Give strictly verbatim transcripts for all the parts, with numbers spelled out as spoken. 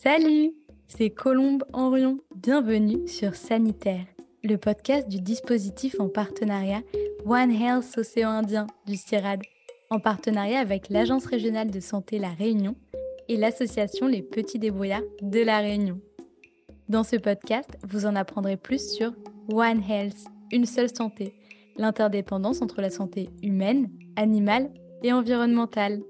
Salut, c'est Colombe Henrion. Bienvenue sur Sanitaire, le podcast du dispositif en partenariat One Health Océan Indien du CIRAD, en partenariat avec l'Agence régionale de santé La Réunion et l'association Les Petits Débrouillards de La Réunion. Dans ce podcast, vous en apprendrez plus sur One Health, une seule santé, l'interdépendance entre la santé humaine, animale et environnementale.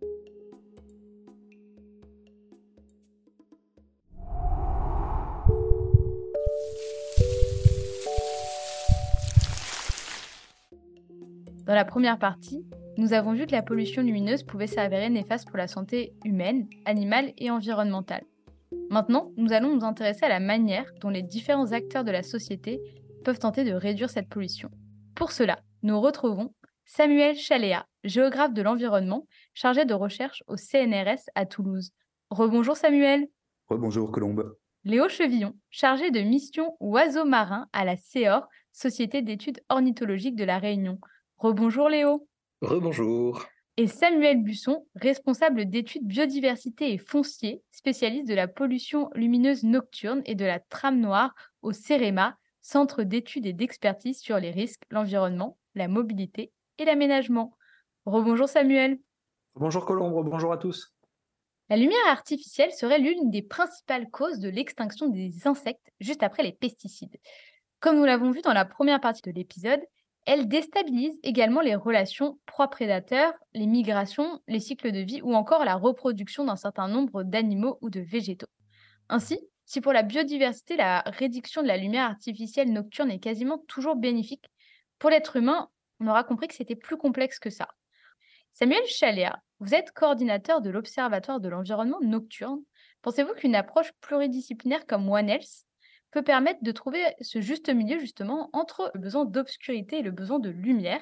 Dans la première partie, nous avons vu que la pollution lumineuse pouvait s'avérer néfaste pour la santé humaine, animale et environnementale. Maintenant, nous allons nous intéresser à la manière dont les différents acteurs de la société peuvent tenter de réduire cette pollution. Pour cela, nous retrouvons Samuel Chaléa, géographe de l'environnement, chargé de recherche au C N R S à Toulouse. Rebonjour Samuel. Rebonjour Colombe. Léo Chevillon, chargé de mission oiseaux marins à la C O R, Société d'études ornithologiques de La Réunion. Rebonjour Léo. Rebonjour. Et Samuel Busson, responsable d'études biodiversité et foncier, spécialiste de la pollution lumineuse nocturne et de la trame noire au CEREMA, Centre d'études et d'expertise sur les risques, l'environnement, la mobilité et l'aménagement. Rebonjour Samuel. Bonjour Colombe, bonjour à tous. La lumière artificielle serait l'une des principales causes de l'extinction des insectes juste après les pesticides. Comme nous l'avons vu dans la première partie de l'épisode, elle déstabilise également les relations proie-prédateur, les migrations, les cycles de vie ou encore la reproduction d'un certain nombre d'animaux ou de végétaux. Ainsi, si pour la biodiversité, la réduction de la lumière artificielle nocturne est quasiment toujours bénéfique, pour l'être humain, on aura compris que c'était plus complexe que ça. Samuel Chaléa, vous êtes coordinateur de l'Observatoire de l'environnement nocturne. Pensez-vous qu'une approche pluridisciplinaire comme One Health peut permettre de trouver ce juste milieu justement entre le besoin d'obscurité et le besoin de lumière?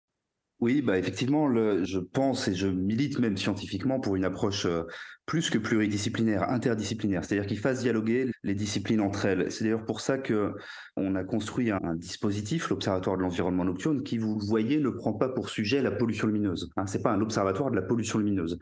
Oui, bah effectivement, le, je pense et je milite même scientifiquement pour une approche euh, plus que pluridisciplinaire, interdisciplinaire, c'est-à-dire qu'il fasse dialoguer les disciplines entre elles. C'est d'ailleurs pour ça que on a construit un, un dispositif, l'Observatoire de l'environnement nocturne, qui, vous le voyez, ne prend pas pour sujet la pollution lumineuse. Hein, c'est pas un observatoire de la pollution lumineuse.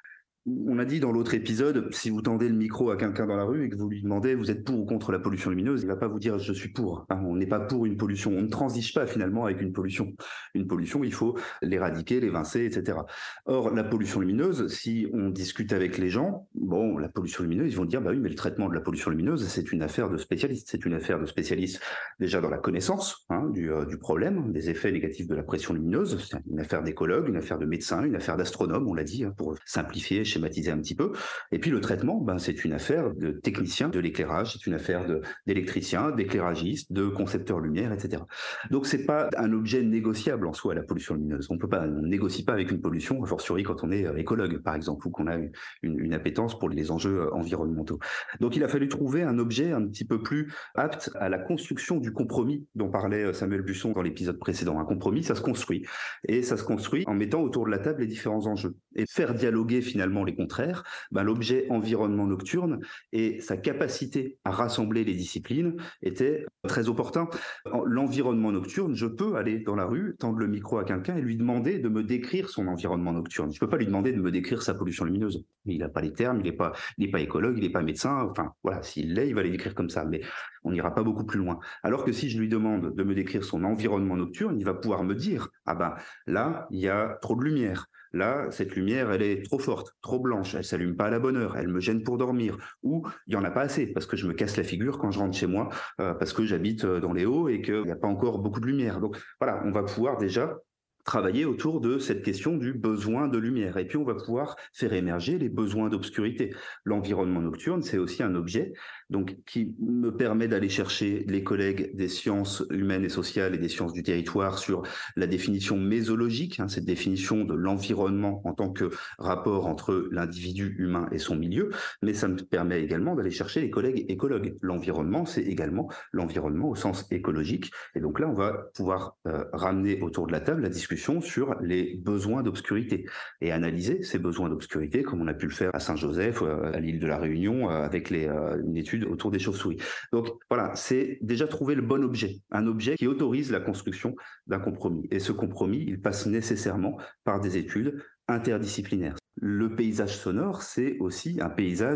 On a dit dans l'autre épisode, si vous tendez le micro à quelqu'un dans la rue et que vous lui demandez vous êtes pour ou contre la pollution lumineuse, il va pas vous dire je suis pour. Hein, on n'est pas pour une pollution. On ne transige pas finalement avec une pollution. Une pollution, il faut l'éradiquer, l'évincer, et cetera. Or, la pollution lumineuse, si on discute avec les gens, bon, la pollution lumineuse, ils vont dire bah oui, mais le traitement de la pollution lumineuse, c'est une affaire de spécialistes. C'est une affaire de spécialistes déjà dans la connaissance hein, du, euh, du problème, des effets négatifs de la pression lumineuse. C'est une affaire d'écologues, une affaire de médecins, une affaire d'astronomes, on l'a dit, hein, pour simplifier, schématiser un petit peu. Et puis le traitement, ben, c'est une affaire de techniciens de l'éclairage, c'est une affaire de, d'électriciens, d'éclairagistes, de concepteurs lumière, et cetera. Donc c'est pas un objet négociable en soi, la pollution lumineuse. On peut pas, on négocie pas avec une pollution, a fortiori quand on est écologue, par exemple, ou qu'on a une, une appétence pour les enjeux environnementaux. Donc il a fallu trouver un objet un petit peu plus apte à la construction du compromis dont parlait Samuel Busson dans l'épisode précédent. Un compromis, ça se construit. Et ça se construit en mettant autour de la table les différents enjeux. Et faire dialoguer finalement les contraires, ben, l'objet environnement nocturne et sa capacité à rassembler les disciplines était très opportun. L'environnement nocturne, je peux aller dans la rue, tendre le micro à quelqu'un et lui demander de me décrire son environnement nocturne. Je ne peux pas lui demander de me décrire sa pollution lumineuse. Il n'a pas les termes, il n'est pas, il n'est pas écologue, il n'est pas médecin. Enfin, voilà, s'il l'est, il va les décrire comme ça. Mais on n'ira pas beaucoup plus loin. Alors que si je lui demande de me décrire son environnement nocturne, il va pouvoir me dire « Ah ben, là, il y a trop de lumière. Là, cette lumière, elle est trop forte, trop blanche, elle s'allume pas à la bonne heure, elle me gêne pour dormir. Ou il y en a pas assez parce que je me casse la figure quand je rentre chez moi, euh, parce que j'habite dans les hauts et qu'il n'y a pas encore beaucoup de lumière. » Donc voilà, on va pouvoir déjà travailler autour de cette question du besoin de lumière. Et puis, on va pouvoir faire émerger les besoins d'obscurité. L'environnement nocturne, c'est aussi un objet donc, qui me permet d'aller chercher les collègues des sciences humaines et sociales et des sciences du territoire sur la définition mésologique, hein, cette définition de l'environnement en tant que rapport entre l'individu humain et son milieu, mais ça me permet également d'aller chercher les collègues écologues. L'environnement, c'est également l'environnement au sens écologique. Et donc là, on va pouvoir euh, ramener autour de la table la discussion sur les besoins d'obscurité et analyser ces besoins d'obscurité comme on a pu le faire à Saint-Joseph, à l'île de la Réunion, avec les, une étude autour des chauves-souris. Donc voilà, c'est déjà trouver le bon objet, un objet qui autorise la construction d'un compromis. Et ce compromis, il passe nécessairement par des études interdisciplinaires. Le paysage sonore, c'est aussi un paysage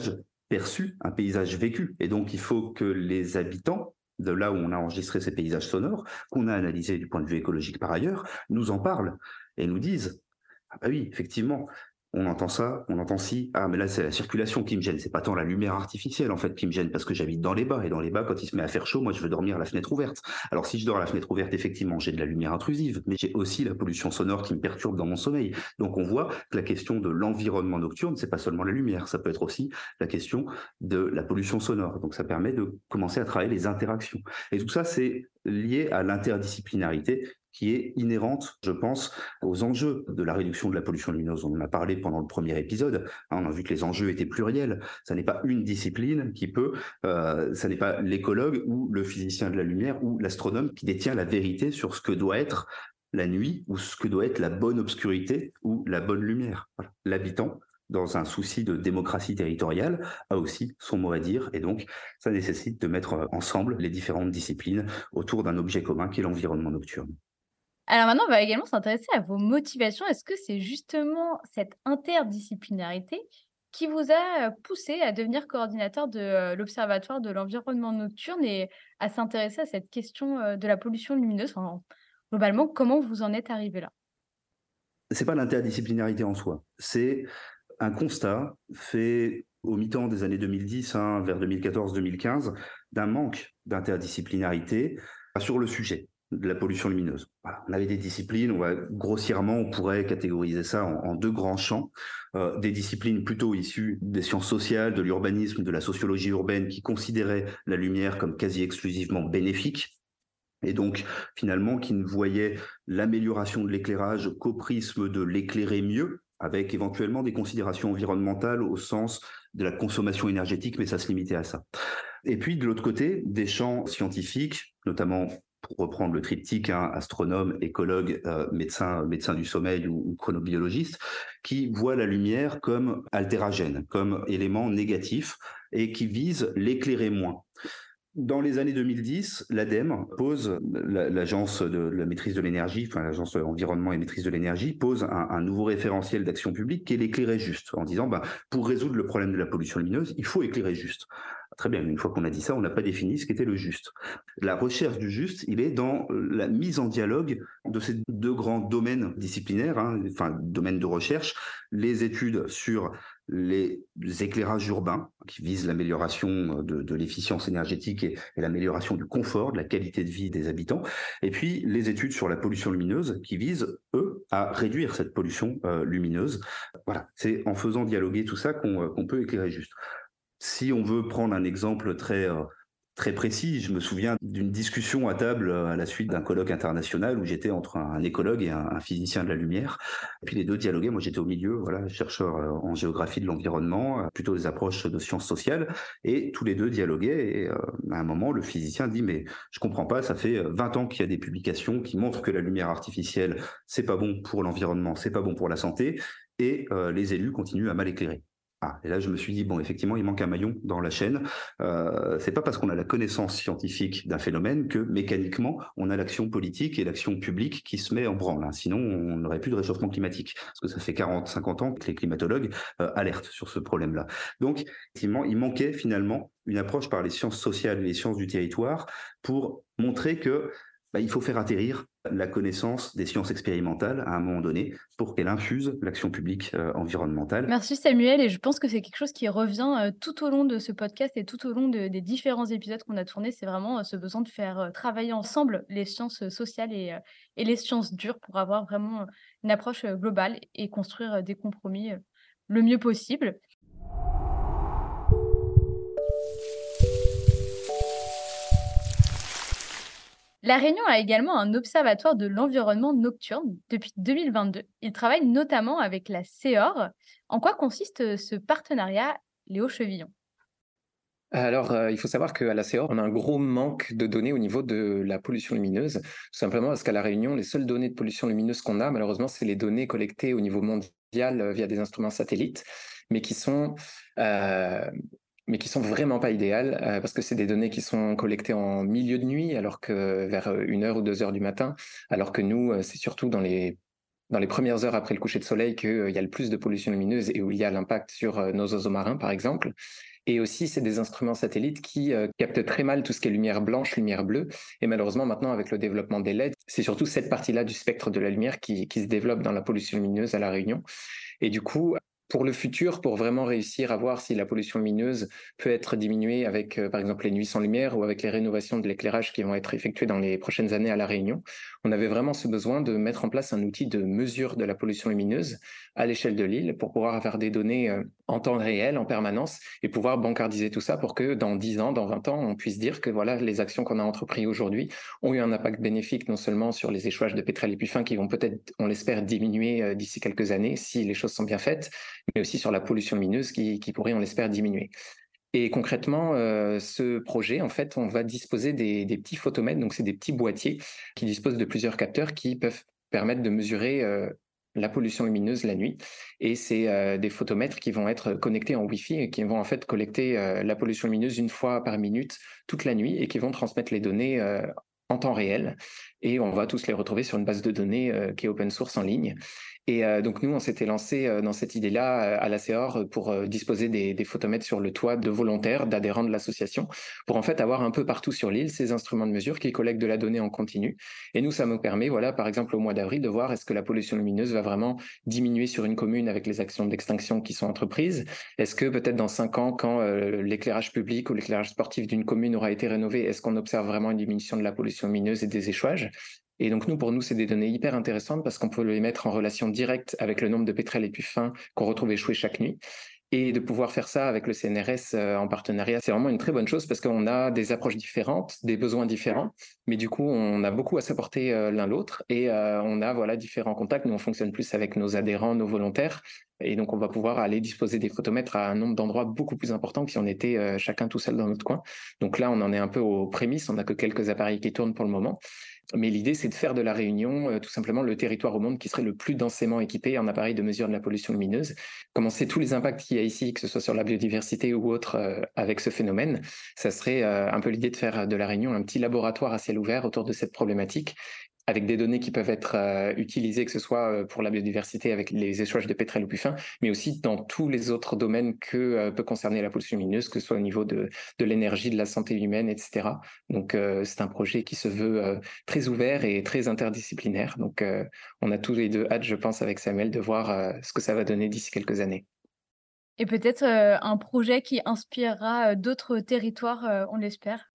perçu, un paysage vécu. Et donc, il faut que les habitants de là où on a enregistré ces paysages sonores, qu'on a analysés du point de vue écologique par ailleurs, nous en parlent et nous disent « Ah bah oui, effectivement, on entend ça, on entend ci, ah mais là c'est la circulation qui me gêne, c'est pas tant la lumière artificielle en fait qui me gêne parce que j'habite dans les bas et dans les bas quand il se met à faire chaud, moi je veux dormir à la fenêtre ouverte. Alors si je dors à la fenêtre ouverte, effectivement j'ai de la lumière intrusive, mais j'ai aussi la pollution sonore qui me perturbe dans mon sommeil. Donc on voit que la question de l'environnement nocturne, c'est pas seulement la lumière, ça peut être aussi la question de la pollution sonore. Donc ça permet de commencer à travailler les interactions. Et tout ça c'est lié à l'interdisciplinarité qui est inhérente, je pense, aux enjeux de la réduction de la pollution lumineuse. On en a parlé pendant le premier épisode, hein, on a vu que les enjeux étaient pluriels. Ça n'est pas une discipline qui peut, euh, ça n'est pas l'écologue ou le physicien de la lumière ou l'astronome qui détient la vérité sur ce que doit être la nuit ou ce que doit être la bonne obscurité ou la bonne lumière. Voilà. L'habitant, dans un souci de démocratie territoriale, a aussi son mot à dire, et donc ça nécessite de mettre ensemble les différentes disciplines autour d'un objet commun qui est l'environnement nocturne. Alors maintenant, on va également s'intéresser à vos motivations. Est-ce que c'est justement cette interdisciplinarité qui vous a euh, poussé à devenir coordinateur de euh, l'Observatoire de l'environnement nocturne et à s'intéresser à cette question euh, de la pollution lumineuse? Enfin, globalement, comment vous en êtes arrivé là? C'est pas l'interdisciplinarité en soi, c'est un constat fait au mi-temps des années deux mille dix, hein, vers deux mille quatorze deux mille quinze, d'un manque d'interdisciplinarité sur le sujet de la pollution lumineuse. Voilà. On avait des disciplines, on va, grossièrement, on pourrait catégoriser ça en, en deux grands champs. Euh, des disciplines plutôt issues des sciences sociales, de l'urbanisme, de la sociologie urbaine, qui considéraient la lumière comme quasi exclusivement bénéfique, et donc finalement qui ne voyaient l'amélioration de l'éclairage qu'au prisme de l'éclairer mieux, avec éventuellement des considérations environnementales au sens de la consommation énergétique, mais ça se limitait à ça. Et puis de l'autre côté, des champs scientifiques, notamment pour reprendre le triptyque, hein, astronome, écologue, euh, médecin, médecin du sommeil ou, ou chronobiologiste, qui voient la lumière comme altéragène, comme élément négatif et qui visent l'éclairer moins. Dans les années deux mille dix, l'ADEME pose, l'agence de la maîtrise de l'énergie, enfin l'agence environnement et maîtrise de l'énergie, pose un, un nouveau référentiel d'action publique qui est l'éclairer juste, en disant bah, pour résoudre le problème de la pollution lumineuse, il faut éclairer juste. Très bien, une fois qu'on a dit ça, on n'a pas défini ce qu'était le juste. La recherche du juste, il est dans la mise en dialogue de ces deux grands domaines disciplinaires, hein, enfin domaines de recherche, les études sur les éclairages urbains qui visent l'amélioration de, de l'efficience énergétique et, et l'amélioration du confort, de la qualité de vie des habitants, et puis les études sur la pollution lumineuse qui visent, eux, à réduire cette pollution euh, lumineuse. Voilà, c'est en faisant dialoguer tout ça qu'on euh, qu'on peut éclairer juste. Si on veut prendre un exemple très, euh, très précis, je me souviens d'une discussion à table à la suite d'un colloque international où j'étais entre un écologue et un, un physicien de la lumière. Et puis les deux dialoguaient, moi j'étais au milieu, voilà, chercheur en géographie de l'environnement, plutôt des approches de sciences sociales, et tous les deux dialoguaient. Et euh, à un moment, le physicien dit « mais je comprends pas, ça fait vingt ans qu'il y a des publications qui montrent que la lumière artificielle, c'est pas bon pour l'environnement, c'est pas bon pour la santé, et euh, les élus continuent à mal éclairer. » Ah, et là, je me suis dit, bon, effectivement, il manque un maillon dans la chaîne. Euh, c'est pas parce qu'on a la connaissance scientifique d'un phénomène que, mécaniquement, on a l'action politique et l'action publique qui se met en branle. Hein. Sinon, on n'aurait plus de réchauffement climatique. Parce que ça fait quarante, cinquante ans que les climatologues euh, alertent sur ce problème-là. Donc, effectivement, il manquait finalement une approche par les sciences sociales et les sciences du territoire pour montrer que bah, il faut faire atterrir la connaissance des sciences expérimentales à un moment donné pour qu'elle infuse l'action publique euh, environnementale. Merci Samuel, et je pense que c'est quelque chose qui revient euh, tout au long de ce podcast et tout au long de- des différents épisodes qu'on a tournés. C'est vraiment euh, ce besoin de faire euh, travailler ensemble les sciences euh, sociales et, euh, et les sciences dures pour avoir vraiment euh, une approche euh, globale et construire euh, des compromis euh, le mieux possible. La Réunion a également un observatoire de l'environnement nocturne depuis deux mille vingt-deux. Il travaille notamment avec la C E O R. En quoi consiste euh, ce partenariat, Léo Chevillon? Alors, euh, il faut savoir qu'à la C E O R, on a un gros manque de données au niveau de la pollution lumineuse, tout simplement parce qu'à La Réunion, les seules données de pollution lumineuse qu'on a, malheureusement, c'est les données collectées au niveau mondial euh, via des instruments satellites, mais qui sont, euh, mais qui sont vraiment pas idéales, euh, parce que c'est des données qui sont collectées en milieu de nuit, alors que vers une heure ou deux heures du matin, alors que nous, euh, c'est surtout dans les dans les premières heures après le coucher de soleil qu'il euh, y a le plus de pollution lumineuse et où il y a l'impact sur euh, nos oiseaux marins, par exemple. Et aussi, c'est des instruments satellites qui euh, captent très mal tout ce qui est lumière blanche, lumière bleue. Et malheureusement, maintenant, avec le développement des L E D, c'est surtout cette partie-là du spectre de la lumière qui, qui se développe dans la pollution lumineuse à La Réunion. Et du coup, pour le futur, pour vraiment réussir à voir si la pollution lumineuse peut être diminuée avec, euh, par exemple, les nuits sans lumière ou avec les rénovations de l'éclairage qui vont être effectuées dans les prochaines années à La Réunion, on avait vraiment ce besoin de mettre en place un outil de mesure de la pollution lumineuse à l'échelle de l'île pour pouvoir avoir des données euh, en temps réel, en permanence, et pouvoir bancardiser tout ça pour que dans dix ans, dans vingt ans, on puisse dire que voilà, les actions qu'on a entreprises aujourd'hui ont eu un impact bénéfique non seulement sur les échouages de pétrole et puits fins qui vont peut-être, on l'espère, diminuer euh, d'ici quelques années si les choses sont bien faites, mais aussi sur la pollution lumineuse qui, qui pourrait, on l'espère, diminuer. Et concrètement, euh, ce projet, en fait, on va disposer des, des petits photomètres, donc c'est des petits boîtiers qui disposent de plusieurs capteurs qui peuvent permettre de mesurer euh, la pollution lumineuse la nuit. Et c'est euh, des photomètres qui vont être connectés en Wi-Fi et qui vont en fait collecter euh, la pollution lumineuse une fois par minute toute la nuit et qui vont transmettre les données euh, en temps réel. Et on va tous les retrouver sur une base de données euh, qui est open source en ligne. Et euh, donc nous, on s'était lancé euh, dans cette idée-là euh, à l'A C E O R pour euh, disposer des, des photomètres sur le toit de volontaires, d'adhérents de l'association, pour en fait avoir un peu partout sur l'île ces instruments de mesure qui collectent de la donnée en continu. Et nous, ça nous permet, voilà, par exemple au mois d'avril, de voir est-ce que la pollution lumineuse va vraiment diminuer sur une commune avec les actions d'extinction qui sont entreprises. Est-ce que peut-être dans cinq ans, quand euh, l'éclairage public ou l'éclairage sportif d'une commune aura été rénové, est-ce qu'on observe vraiment une diminution de la pollution lumineuse et des échouages? Et donc nous, pour nous, c'est des données hyper intéressantes parce qu'on peut les mettre en relation directe avec le nombre de pétrels et puits fins qu'on retrouve échoués chaque nuit. Et de pouvoir faire ça avec le C N R S euh, en partenariat, c'est vraiment une très bonne chose parce qu'on a des approches différentes, des besoins différents, mais du coup, on a beaucoup à s'apporter euh, l'un l'autre et euh, on a voilà différents contacts. Nous, on fonctionne plus avec nos adhérents, nos volontaires. Et donc, on va pouvoir aller disposer des photomètres à un nombre d'endroits beaucoup plus important que si on était euh, chacun tout seul dans notre coin. Donc là, on en est un peu aux prémices. On n'a que quelques appareils qui tournent pour le moment. Mais l'idée, c'est de faire de La Réunion euh, tout simplement le territoire au monde qui serait le plus densément équipé en appareils de mesure de la pollution lumineuse. Comme on sait tous les impacts qu'il y a ici, que ce soit sur la biodiversité ou autre, euh, avec ce phénomène, ça serait euh, un peu l'idée de faire de La Réunion un petit laboratoire à ciel ouvert autour de cette problématique, avec des données qui peuvent être euh, utilisées, que ce soit euh, pour la biodiversité avec les échouages de pétrole ou puits fins, mais aussi dans tous les autres domaines que euh, peut concerner la pollution lumineuse, que ce soit au niveau de, de l'énergie, de la santé humaine, et cetera. Donc euh, c'est un projet qui se veut euh, très ouvert et très interdisciplinaire. Donc euh, on a tous les deux hâte, je pense, avec Samuel, de voir euh, ce que ça va donner d'ici quelques années. Et peut-être euh, un projet qui inspirera euh, d'autres territoires, euh, on l'espère.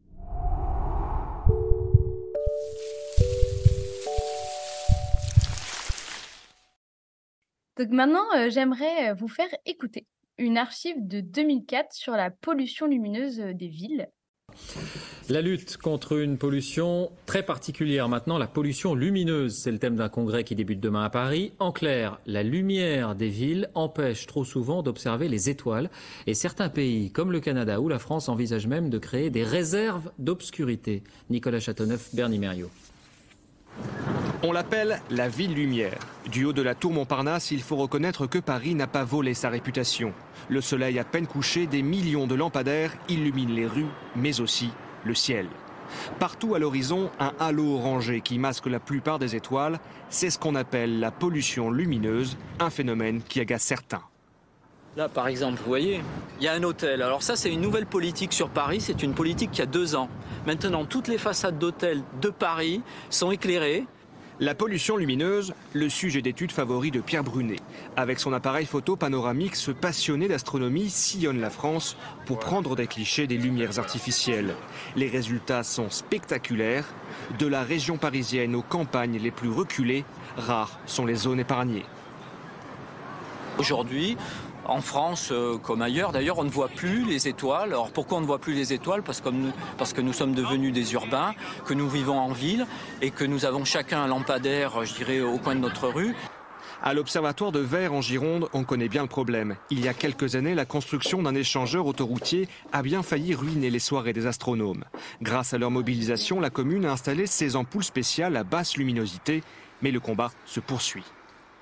Donc maintenant, euh, j'aimerais euh, vous faire écouter une archive de deux mille quatre sur la pollution lumineuse euh, des villes. La lutte contre une pollution très particulière maintenant, la pollution lumineuse. C'est le thème d'un congrès qui débute demain à Paris. En clair, la lumière des villes empêche trop souvent d'observer les étoiles. Et certains pays, comme le Canada ou la France, envisagent même de créer des réserves d'obscurité. Nicolas Châteauneuf, Bernie Mériot. On l'appelle la ville lumière. Du haut de la tour Montparnasse, il faut reconnaître que Paris n'a pas volé sa réputation. Le soleil à peine couché, des millions de lampadaires illuminent les rues, mais aussi le ciel. Partout à l'horizon, un halo orangé qui masque la plupart des étoiles. C'est ce qu'on appelle la pollution lumineuse, un phénomène qui agace certains. Là, par exemple, vous voyez, il y a un hôtel. Alors ça, c'est une nouvelle politique sur Paris. C'est une politique qui a deux ans. Maintenant, toutes les façades d'hôtels de Paris sont éclairées. La pollution lumineuse, le sujet d'étude favori de Pierre Brunet. Avec son appareil photo panoramique, ce passionné d'astronomie sillonne la France pour prendre des clichés des lumières artificielles. Les résultats sont spectaculaires. De la région parisienne aux campagnes les plus reculées, rares sont les zones épargnées. Aujourd'hui, en France euh, comme ailleurs, d'ailleurs, on ne voit plus les étoiles. Alors pourquoi on ne voit plus les étoiles? Parce que, nous, parce que nous sommes devenus des urbains, que nous vivons en ville et que nous avons chacun un lampadaire, je dirais, au coin de notre rue. À l'Observatoire de Vert en Gironde, on connaît bien le problème. Il y a quelques années, la construction d'un échangeur autoroutier a bien failli ruiner les soirées des astronomes. Grâce à leur mobilisation, la commune a installé ses ampoules spéciales à basse luminosité, mais le combat se poursuit.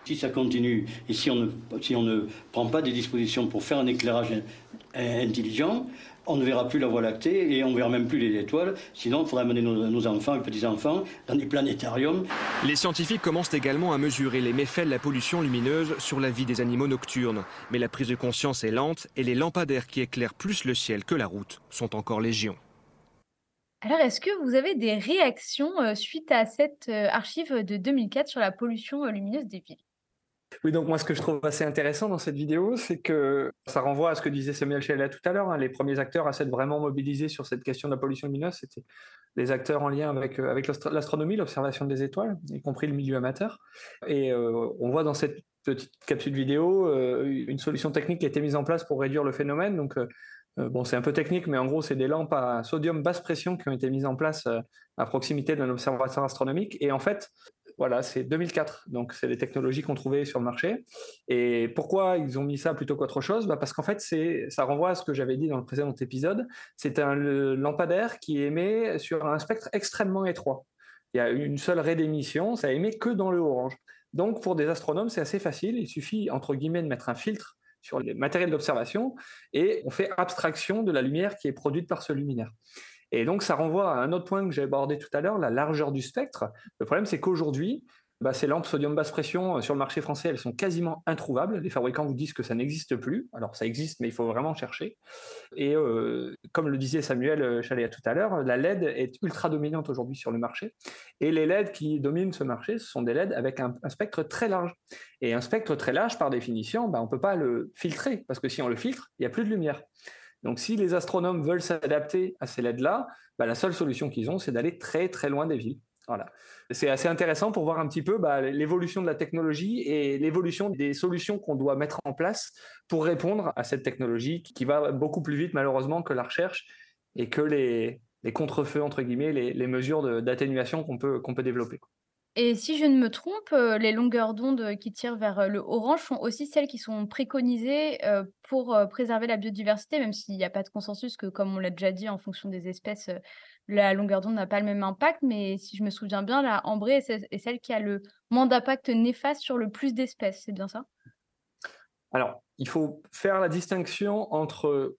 Si ça continue et si on ne, si on ne prend pas des dispositions pour faire un éclairage intelligent, on ne verra plus la Voie lactée et on ne verra même plus les étoiles. Sinon, il faudra amener nos, nos enfants et petits-enfants dans des planétariums. Les scientifiques commencent également à mesurer les méfaits de la pollution lumineuse sur la vie des animaux nocturnes. Mais la prise de conscience est lente et les lampadaires qui éclairent plus le ciel que la route sont encore légion. Alors, est-ce que vous avez des réactions euh, suite à cette euh, archive de deux mille quatre sur la pollution euh, lumineuse des villes? Oui, donc moi, ce que je trouve assez intéressant dans cette vidéo, c'est que ça renvoie à ce que disait Samuel Chalet tout à l'heure. Hein. Les premiers acteurs à s'être vraiment mobilisés sur cette question de la pollution lumineuse, c'était les acteurs en lien avec, euh, avec l'astronomie, l'observation des étoiles, y compris le milieu amateur. Et euh, on voit dans cette petite capsule vidéo euh, une solution technique qui a été mise en place pour réduire le phénomène. Donc, euh, bon, c'est un peu technique, mais en gros, c'est des lampes à sodium basse pression qui ont été mises en place euh, à proximité d'un observatoire astronomique. Et en fait, voilà, c'est deux mille quatre, donc c'est les technologies qu'on trouvait sur le marché. Et pourquoi ils ont mis ça plutôt qu'autre chose? Bah parce qu'en fait, c'est, ça renvoie à ce que j'avais dit dans le précédent épisode. C'est un lampadaire qui émet sur un spectre extrêmement étroit. Il y a une seule raie d'émission, ça émet que dans le orange. Donc pour des astronomes, c'est assez facile. Il suffit, entre guillemets, de mettre un filtre sur les matériels d'observation et on fait abstraction de la lumière qui est produite par ce luminaire. Et donc, ça renvoie à un autre point que j'ai abordé tout à l'heure, la largeur du spectre. Le problème, c'est qu'aujourd'hui, bah, ces lampes sodium basse pression sur le marché français, elles sont quasiment introuvables. Les fabricants vous disent que ça n'existe plus. Alors, ça existe, mais il faut vraiment chercher. Et euh, comme le disait Samuel Chalet tout à l'heure, la L E D est ultra dominante aujourd'hui sur le marché. Et les L E D qui dominent ce marché, ce sont des L E D avec un, un spectre très large. Et un spectre très large, par définition, bah, on ne peut pas le filtrer, parce que si on le filtre, il n'y a plus de lumière. Donc, si les astronomes veulent s'adapter à ces L E D-là, bah, la seule solution qu'ils ont, c'est d'aller très, très loin des villes. Voilà. C'est assez intéressant pour voir un petit peu bah, l'évolution de la technologie et l'évolution des solutions qu'on doit mettre en place pour répondre à cette technologie qui va beaucoup plus vite, malheureusement, que la recherche et que les, les contre-feux, entre guillemets, les, les mesures d'atténuation qu'on peut, qu'on peut développer. Et si je ne me trompe, euh, les longueurs d'onde qui tirent vers euh, le orange sont aussi celles qui sont préconisées euh, pour euh, préserver la biodiversité, même s'il n'y a pas de consensus que, comme on l'a déjà dit, en fonction des espèces, euh, la longueur d'onde n'a pas le même impact. Mais si je me souviens bien, la ambrée est ce- est celle qui a le moins d'impact néfaste sur le plus d'espèces. C'est bien ça? Alors, il faut faire la distinction entre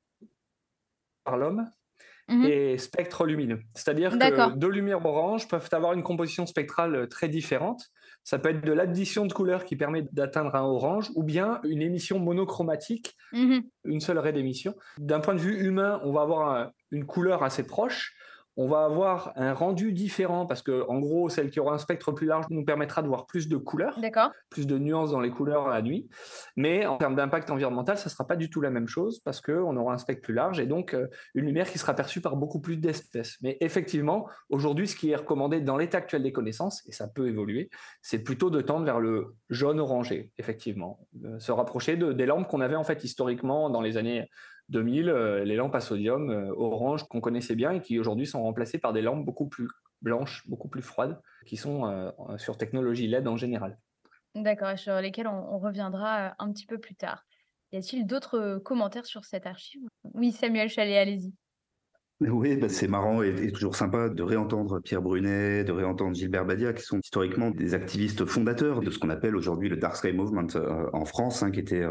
par l'homme Mhm. et spectre lumineux. C'est-à-dire que D'accord. deux lumières orange peuvent avoir une composition spectrale très différente. Ça peut être de l'addition de couleurs qui permet d'atteindre un orange ou bien une émission monochromatique, Mhm. une seule raie d'émission. D'un point de vue humain, on va avoir un- une couleur assez proche. On va avoir un rendu différent parce que, en gros, celle qui aura un spectre plus large nous permettra de voir plus de couleurs, D'accord. plus de nuances dans les couleurs la nuit. Mais en termes d'impact environnemental, ça ne sera pas du tout la même chose parce qu'on aura un spectre plus large et donc euh, une lumière qui sera perçue par beaucoup plus d'espèces. Mais effectivement, aujourd'hui, ce qui est recommandé dans l'état actuel des connaissances, et ça peut évoluer, c'est plutôt de tendre vers le jaune-orangé, effectivement. Euh, se rapprocher de, des lampes qu'on avait en fait historiquement dans les années deux mille, euh, les lampes à sodium euh, orange qu'on connaissait bien et qui aujourd'hui sont remplacées par des lampes beaucoup plus blanches, beaucoup plus froides, qui sont euh, sur technologie L E D en général. D'accord, et sur lesquels on, on reviendra euh, un petit peu plus tard. Y a-t-il d'autres euh, commentaires sur cette archive? Oui, Samuel Chalet, allez-y. Oui, bah c'est marrant et, et toujours sympa de réentendre Pierre Brunet, de réentendre Gilbert Badia, qui sont historiquement des activistes fondateurs de ce qu'on appelle aujourd'hui le Dark Sky Movement euh, en France, hein, qui était euh,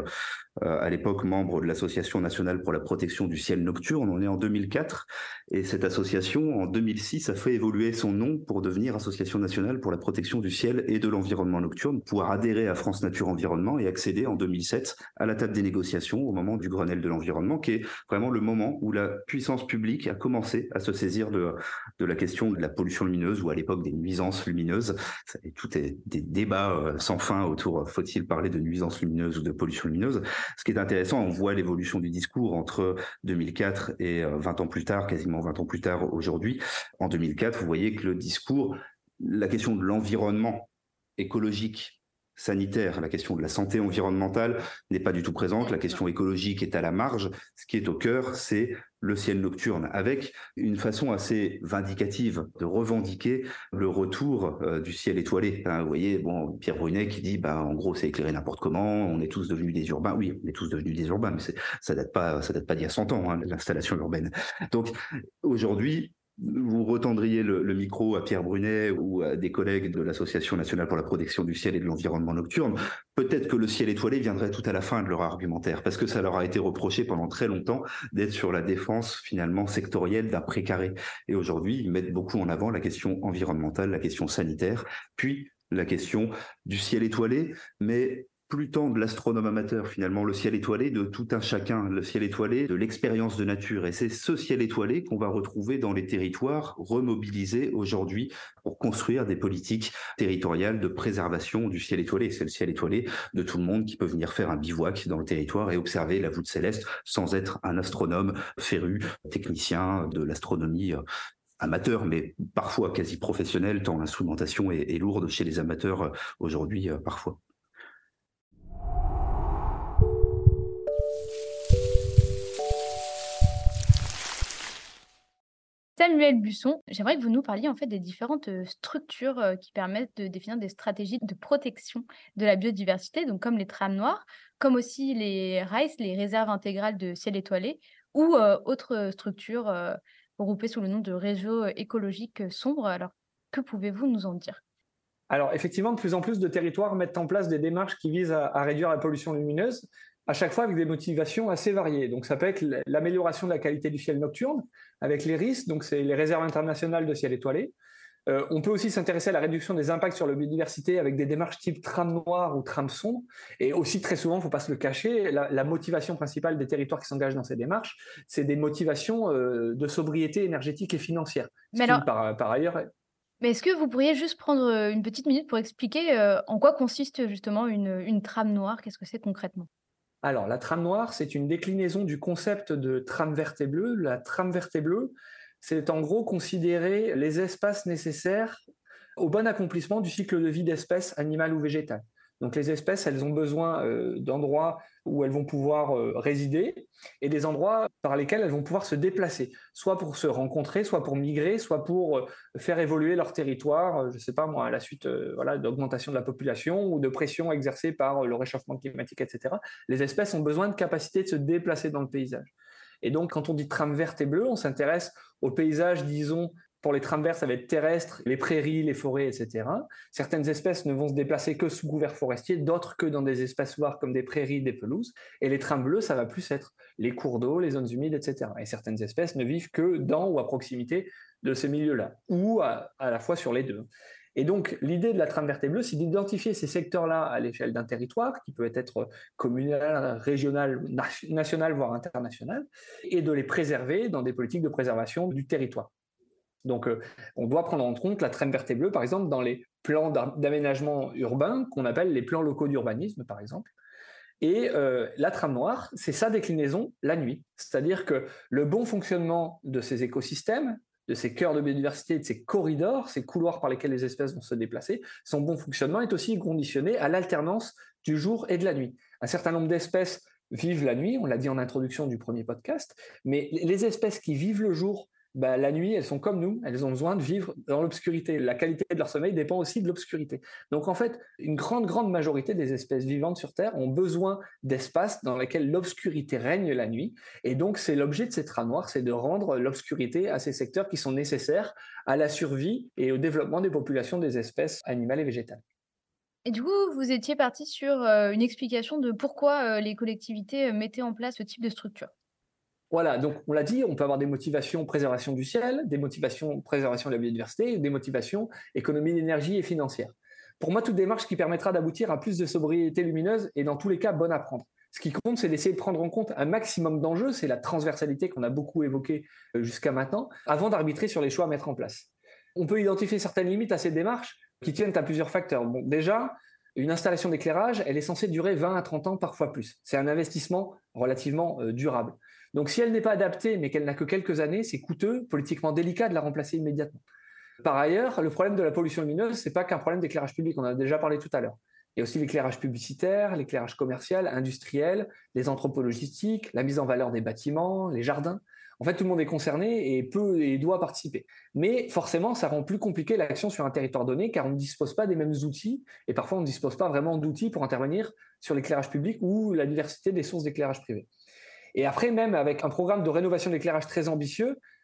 à l'époque membre de l'Association nationale pour la protection du ciel nocturne. On est en deux mille quatre et cette association, en deux mille six, a fait évoluer son nom pour devenir Association nationale pour la protection du ciel et de l'environnement nocturne, pouvoir adhérer à France Nature Environnement et accéder en deux mille sept à la table des négociations au moment du Grenelle de l'environnement, qui est vraiment le moment où la puissance publique a commencé à se saisir de, de la question de la pollution lumineuse ou à l'époque des nuisances lumineuses. Ça, et tout est des débats sans fin autour, faut-il parler de nuisances lumineuses ou de pollution lumineuse? Ce qui est intéressant, on voit l'évolution du discours entre deux mille quatre et vingt ans plus tard, quasiment vingt ans plus tard aujourd'hui. En deux mille quatre, vous voyez que le discours, la question de l'environnement écologique, sanitaire, la question de la santé environnementale n'est pas du tout présente. La question écologique est à la marge. Ce qui est au cœur, c'est le ciel nocturne, avec une façon assez vindicative de revendiquer le retour euh, du ciel étoilé. Hein, vous voyez, bon, Pierre Brunet qui dit, bah, en gros, c'est éclairé n'importe comment, on est tous devenus des urbains. Oui, on est tous devenus des urbains, mais c'est, ça date pas, ça date pas d'il y a cent ans, hein, l'installation urbaine. Donc, aujourd'hui, vous retendriez le, le micro à Pierre Brunet ou à des collègues de l'Association nationale pour la protection du ciel et de l'environnement nocturne, peut-être que le ciel étoilé viendrait tout à la fin de leur argumentaire, parce que ça leur a été reproché pendant très longtemps d'être sur la défense finalement sectorielle d'un précaré. Et aujourd'hui, ils mettent beaucoup en avant la question environnementale, la question sanitaire, puis la question du ciel étoilé, mais plus tant de l'astronome amateur, finalement, le ciel étoilé de tout un chacun, le ciel étoilé de l'expérience de nature. Et c'est ce ciel étoilé qu'on va retrouver dans les territoires remobilisés aujourd'hui pour construire des politiques territoriales de préservation du ciel étoilé. C'est le ciel étoilé de tout le monde qui peut venir faire un bivouac dans le territoire et observer la voûte céleste sans être un astronome féru, technicien de l'astronomie amateur, mais parfois quasi professionnel, tant l'instrumentation est, est lourde chez les amateurs aujourd'hui, parfois. Samuel Busson, j'aimerais que vous nous parliez en fait des différentes structures qui permettent de définir des stratégies de protection de la biodiversité, donc comme les trames noires, comme aussi les R I C E, les réserves intégrales de ciel étoilé, ou euh, autres structures euh, regroupées sous le nom de réseaux écologiques sombres. Alors, que pouvez-vous nous en dire? Alors, effectivement, de plus en plus de territoires mettent en place des démarches qui visent à, à réduire la pollution lumineuse, à chaque fois avec des motivations assez variées. Donc, ça peut être l'amélioration de la qualité du ciel nocturne, avec les R I C E, donc c'est les réserves internationales de ciel étoilé. Euh, on peut aussi s'intéresser à la réduction des impacts sur la biodiversité avec des démarches type trame noire ou trame sombre. Et aussi, très souvent, il ne faut pas se le cacher, la, la motivation principale des territoires qui s'engagent dans ces démarches, c'est des motivations euh, de sobriété énergétique et financière. Mais alors, par, par ailleurs... Mais est-ce que vous pourriez juste prendre une petite minute pour expliquer euh, en quoi consiste justement une, une trame noire? Qu'est-ce que c'est concrètement? Alors, la trame noire, c'est une déclinaison du concept de trame verte et bleue. La trame verte et bleue, c'est en gros considérer les espaces nécessaires au bon accomplissement du cycle de vie d'espèces animales ou végétales. Donc les espèces, elles ont besoin euh, d'endroits où elles vont pouvoir euh, résider et des endroits par lesquels elles vont pouvoir se déplacer, soit pour se rencontrer, soit pour migrer, soit pour euh, faire évoluer leur territoire, euh, je ne sais pas moi, à la suite euh, voilà, d'augmentation de la population ou de pression exercée par euh, le réchauffement climatique, et cetera. Les espèces ont besoin de capacité de se déplacer dans le paysage. Et donc, quand on dit trame verte et bleue, on s'intéresse au paysage, disons, pour les trames vertes, ça va être terrestre, les prairies, les forêts, et cetera. Certaines espèces ne vont se déplacer que sous couvert forestier, d'autres que dans des espaces noirs comme des prairies, des pelouses. Et les trames bleues, ça va plus être les cours d'eau, les zones humides, et cetera. Et certaines espèces ne vivent que dans ou à proximité de ces milieux-là, ou à, à la fois sur les deux. Et donc, l'idée de la trame verte et bleue, c'est d'identifier ces secteurs-là à l'échelle d'un territoire, qui peut être communal, régional, national, voire international, et de les préserver dans des politiques de préservation du territoire. Donc, euh, on doit prendre en compte la trame verte et bleue, par exemple, dans les plans d'aménagement urbain qu'on appelle les plans locaux d'urbanisme, par exemple. Et euh, la trame noire, c'est sa déclinaison la nuit. C'est-à-dire que le bon fonctionnement de ces écosystèmes, de ces cœurs de biodiversité, de ces corridors, ces couloirs par lesquels les espèces vont se déplacer, son bon fonctionnement est aussi conditionné à l'alternance du jour et de la nuit. Un certain nombre d'espèces vivent la nuit, on l'a dit en introduction du premier podcast, mais les espèces qui vivent le jour, bah, la nuit, elles sont comme nous, elles ont besoin de vivre dans l'obscurité. La qualité de leur sommeil dépend aussi de l'obscurité. Donc en fait, une grande, grande majorité des espèces vivantes sur Terre ont besoin d'espaces dans lesquels l'obscurité règne la nuit. Et donc c'est l'objet de ces trames noires, c'est de rendre l'obscurité à ces secteurs qui sont nécessaires à la survie et au développement des populations des espèces animales et végétales. Et du coup, vous étiez parti sur euh, une explication de pourquoi euh, les collectivités euh, mettaient en place ce type de structure. Voilà, donc on l'a dit, on peut avoir des motivations préservation du ciel, des motivations préservation de la biodiversité, des motivations économie d'énergie et financière. Pour moi, toute démarche qui permettra d'aboutir à plus de sobriété lumineuse est dans tous les cas bonne à prendre. Ce qui compte, c'est d'essayer de prendre en compte un maximum d'enjeux, c'est la transversalité qu'on a beaucoup évoquée jusqu'à maintenant, avant d'arbitrer sur les choix à mettre en place. On peut identifier certaines limites à ces démarches qui tiennent à plusieurs facteurs. Bon, déjà, une installation d'éclairage, elle est censée durer vingt à trente ans, parfois plus. C'est un investissement relativement euh, durable. Donc si elle n'est pas adaptée, mais qu'elle n'a que quelques années, c'est coûteux, politiquement délicat de la remplacer immédiatement. Par ailleurs, le problème de la pollution lumineuse, ce n'est pas qu'un problème d'éclairage public, on en a déjà parlé tout à l'heure. Il y a aussi l'éclairage publicitaire, l'éclairage commercial, industriel, les entrepôts logistiques, la mise en valeur des bâtiments, les jardins. En fait, tout le monde est concerné et peut et doit participer. Mais forcément, ça rend plus compliqué l'action sur un territoire donné car on ne dispose pas des mêmes outils et parfois on ne dispose pas vraiment d'outils pour intervenir sur l'éclairage public ou la diversité des sources d'éclairage privé. Et après, même avec un programme de rénovation de l'éclairage très ambitieux,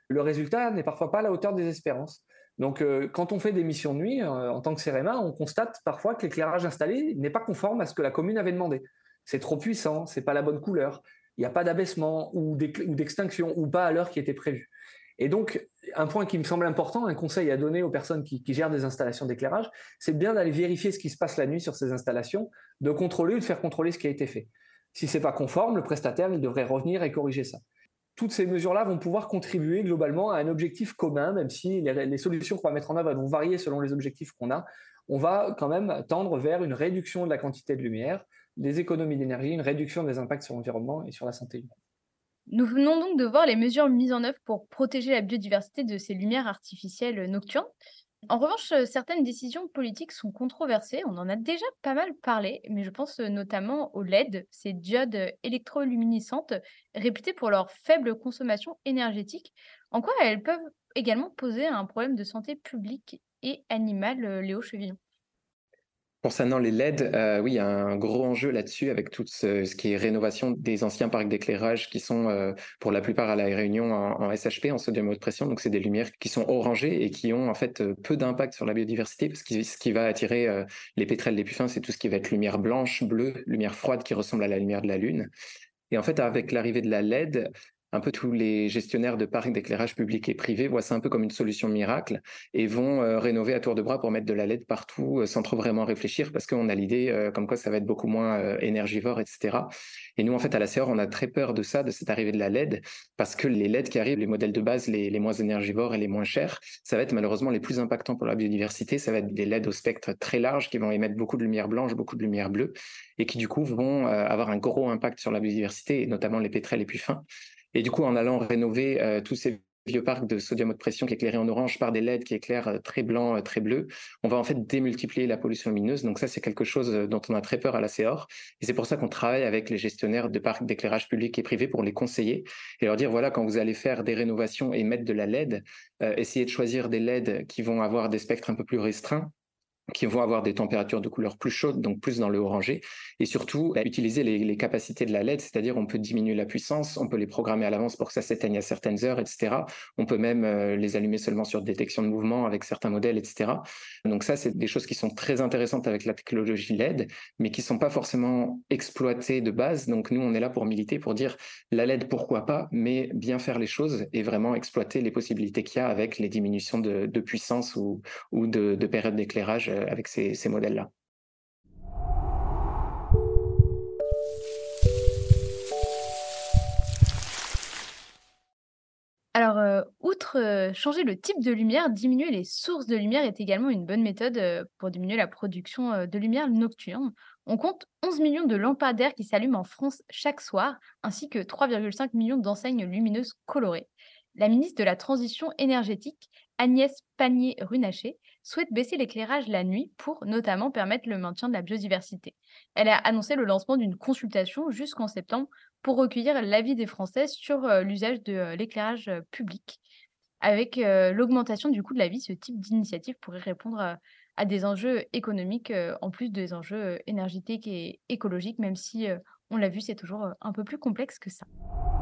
le résultat n'est parfois pas à la hauteur des espérances. Donc, euh, quand on fait des missions de nuit, euh, en tant que CEREMA, on constate parfois que l'éclairage installé n'est pas conforme à ce que la commune avait demandé. C'est trop puissant, c'est pas la bonne couleur, il n'y a pas d'abaissement ou d'extinction, ou pas à l'heure qui était prévue. Et donc, un point qui me semble important, un conseil à donner aux personnes qui, qui gèrent des installations d'éclairage, c'est bien d'aller vérifier ce qui se passe la nuit sur ces installations, de contrôler ou de faire contrôler ce qui a été fait. Si ce n'est pas conforme, le prestataire il devrait revenir et corriger ça. Toutes ces mesures-là vont pouvoir contribuer globalement à un objectif commun, même si les, les solutions qu'on va mettre en œuvre vont varier selon les objectifs qu'on a. On va quand même tendre vers une réduction de la quantité de lumière, des économies d'énergie, une réduction des impacts sur l'environnement et sur la santé humaine. Nous venons donc de voir les mesures mises en œuvre pour protéger la biodiversité de ces lumières artificielles nocturnes. En revanche, certaines décisions politiques sont controversées. On en a déjà pas mal parlé, mais je pense notamment aux L E D, ces diodes électroluminescentes réputées pour leur faible consommation énergétique. En quoi elles peuvent également poser un problème de santé publique et animale, Léo Chevillon? Concernant les L E D, euh, oui, il y a un gros enjeu là-dessus avec tout ce, ce qui est rénovation des anciens parcs d'éclairage qui sont euh, pour la plupart à La Réunion en, en S H P, en sodium haute pression. Donc, c'est des lumières qui sont orangées et qui ont en fait peu d'impact sur la biodiversité parce que ce qui va attirer euh, les pétrels les plus fins, c'est tout ce qui va être lumière blanche, bleue, lumière froide qui ressemble à la lumière de la Lune. Et en fait, avec l'arrivée de la L E D, un peu tous les gestionnaires de parcs d'éclairage public et privé voient ça un peu comme une solution miracle et vont euh, rénover à tour de bras pour mettre de la L E D partout euh, sans trop vraiment réfléchir parce qu'on a l'idée euh, comme quoi ça va être beaucoup moins euh, énergivore, et cetera. Et nous, en fait, à la C E O R, on a très peur de ça, de cette arrivée de la L E D, parce que les L E D qui arrivent, les modèles de base les, les moins énergivores et les moins chers, ça va être malheureusement les plus impactants pour la biodiversité. Ça va être des L E D au spectre très large qui vont émettre beaucoup de lumière blanche, beaucoup de lumière bleue et qui du coup vont euh, avoir un gros impact sur la biodiversité et notamment les pétrels les plus fins. Et du coup, en allant rénover euh, tous ces vieux parcs de sodium haute pression qui éclairés en orange par des L E D qui éclairent euh, très blanc, euh, très bleu, on va en fait démultiplier la pollution lumineuse. Donc ça, c'est quelque chose dont on a très peur à la C E O R. Et c'est pour ça qu'on travaille avec les gestionnaires de parcs d'éclairage public et privé pour les conseiller et leur dire, voilà, quand vous allez faire des rénovations et mettre de la L E D, euh, essayez de choisir des L E D qui vont avoir des spectres un peu plus restreints, qui vont avoir des températures de couleur plus chaudes, donc plus dans le orangé, et surtout bah, utiliser les, les capacités de la L E D, c'est-à-dire on peut diminuer la puissance, on peut les programmer à l'avance pour que ça s'éteigne à certaines heures, et cetera. On peut même euh, les allumer seulement sur détection de mouvement avec certains modèles, et cetera. Donc ça, c'est des choses qui sont très intéressantes avec la technologie L E D, mais qui ne sont pas forcément exploitées de base. Donc nous, on est là pour militer, pour dire la L E D, pourquoi pas, mais bien faire les choses et vraiment exploiter les possibilités qu'il y a avec les diminutions de, de puissance ou, ou de, de période d'éclairage avec ces, ces modèles-là. Alors, euh, outre euh, changer le type de lumière, diminuer les sources de lumière est également une bonne méthode euh, pour diminuer la production euh, de lumière nocturne. On compte onze millions de lampadaires qui s'allument en France chaque soir, ainsi que trois virgule cinq millions d'enseignes lumineuses colorées. La ministre de la Transition énergétique, Agnès Pannier-Runacher, souhaite baisser l'éclairage la nuit pour notamment permettre le maintien de la biodiversité. Elle a annoncé le lancement d'une consultation jusqu'en septembre pour recueillir l'avis des Français sur euh, l'usage de euh, l'éclairage euh, public. Avec euh, l'augmentation du coût de la vie, ce type d'initiative pourrait répondre euh, à des enjeux économiques euh, en plus des enjeux euh, énergétiques et écologiques, même si, euh, on l'a vu, c'est toujours euh, un peu plus complexe que ça.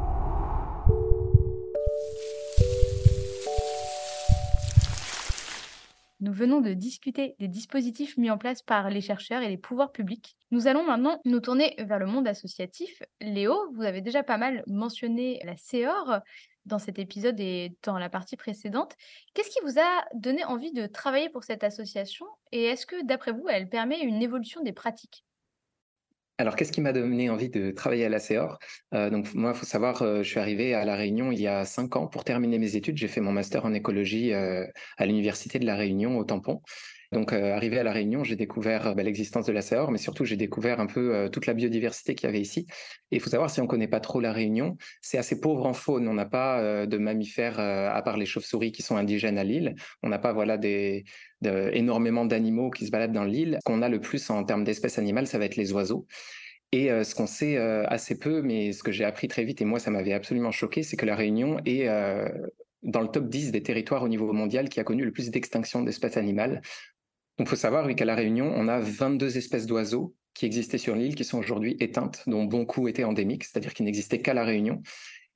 Nous venons de discuter des dispositifs mis en place par les chercheurs et les pouvoirs publics. Nous allons maintenant nous tourner vers le monde associatif. Léo, vous avez déjà pas mal mentionné la C E O R dans cet épisode et dans la partie précédente. Qu'est-ce qui vous a donné envie de travailler pour cette association et est-ce que, d'après vous, elle permet une évolution des pratiques ? Alors, qu'est-ce qui m'a donné envie de travailler à la C E O R ? euh, Donc, moi, il faut savoir, euh, je suis arrivé à La Réunion il y a cinq ans pour terminer mes études. J'ai fait mon master en écologie euh, à l'Université de La Réunion, au Tampon. Donc, euh, arrivé à La Réunion, j'ai découvert euh, bah, l'existence de la C E O R, mais surtout, j'ai découvert un peu euh, toute la biodiversité qu'il y avait ici. Et il faut savoir, si on ne connaît pas trop La Réunion, c'est assez pauvre en faune. On n'a pas euh, de mammifères, euh, à part les chauves-souris qui sont indigènes à l'île. On n'a pas voilà, des, de, énormément d'animaux qui se baladent dans l'île. Ce qu'on a le plus en termes d'espèces animales, ça va être les oiseaux. Et euh, ce qu'on sait euh, assez peu, mais ce que j'ai appris très vite, et moi ça m'avait absolument choqué, c'est que La Réunion est euh, dans le top dix des territoires au niveau mondial qui a connu le plus d'extinction d'espèces animales. Donc il faut savoir oui, qu'à La Réunion, on a vingt-deux espèces d'oiseaux qui existaient sur l'île, qui sont aujourd'hui éteintes, dont beaucoup étaient endémiques, c'est-à-dire qui n'existaient qu'à La Réunion.